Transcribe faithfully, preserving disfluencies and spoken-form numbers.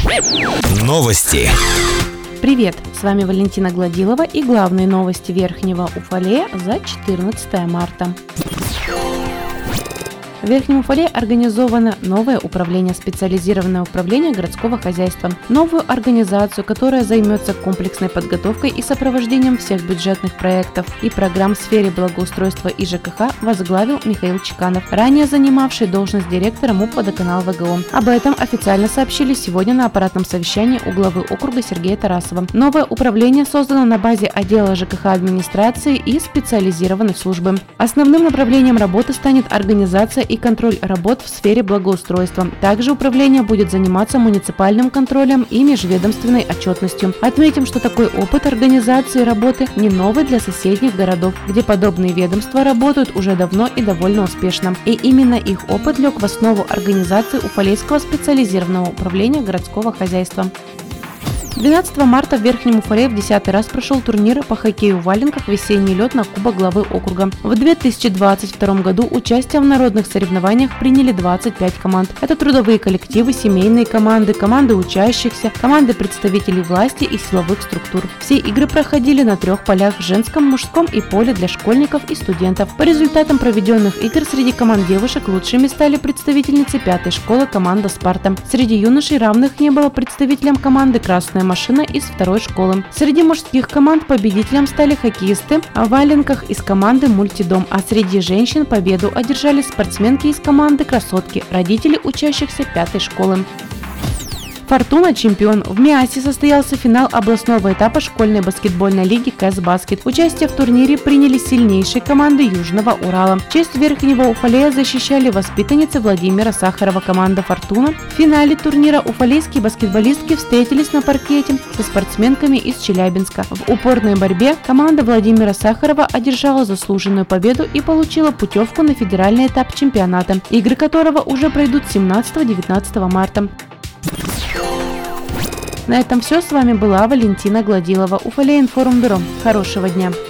Новости. Привет! С вами Валентина Гладилова и главные новости Верхнего Уфалея за четырнадцатое марта. В Верхнем Уфалее организовано новое управление специализированного управления городского хозяйства. Новую организацию, которая займется комплексной подготовкой и сопровождением всех бюджетных проектов и программ в сфере благоустройства и ЖКХ, возглавил Михаил Чеканов, ранее занимавший должность директора МУП «Водоканал ВГО». Об этом официально сообщили сегодня на аппаратном совещании у главы округа Сергея Тарасова. Новое управление создано на базе отдела ЖКХ администрации и специализированной службы. Основным направлением работы станет организация и контроль работ в сфере благоустройства. Также управление будет заниматься муниципальным контролем и межведомственной отчетностью. Отметим, что такой опыт организации работы не новый для соседних городов, где подобные ведомства работают уже давно и довольно успешно. И именно их опыт лег в основу организации Уфалейского специализированного управления городского хозяйства. двенадцатого марта в Верхнем Уфалее в десятый раз прошел турнир по хоккею в валенках «Весенний лед» на Кубок главы округа. В две тысячи двадцать втором году участие в народных соревнованиях приняли двадцать пять команд. Это трудовые коллективы, семейные команды, команды учащихся, команды представителей власти и силовых структур. Все игры проходили на трех полях – женском, мужском и поле для школьников и студентов. По результатам проведенных игр среди команд девушек лучшими стали представительницы пятой школы команда «Спарта». Среди юношей равных не было представителям команды «Красная машина» из второй школы. Среди мужских команд победителем стали хоккеисты в валенках из команды «Мультидом», а среди женщин победу одержали спортсменки из команды «Красотки», родители учащихся пятой школы. «Фортуна» – чемпион. В Миасе состоялся финал областного этапа школьной баскетбольной лиги «Кэс-Баскет». Участие в турнире приняли сильнейшие команды Южного Урала. Честь Верхнего Уфалея защищали воспитанницы Владимира Сахарова, команда «Фортуна». В финале турнира уфалейские баскетболистки встретились на паркете со спортсменками из Челябинска. В упорной борьбе команда Владимира Сахарова одержала заслуженную победу и получила путевку на федеральный этап чемпионата, игры которого уже пройдут семнадцатого-девятнадцатого марта. На этом все. С вами была Валентина Гладилова, Уфалеинформбюро. Хорошего дня!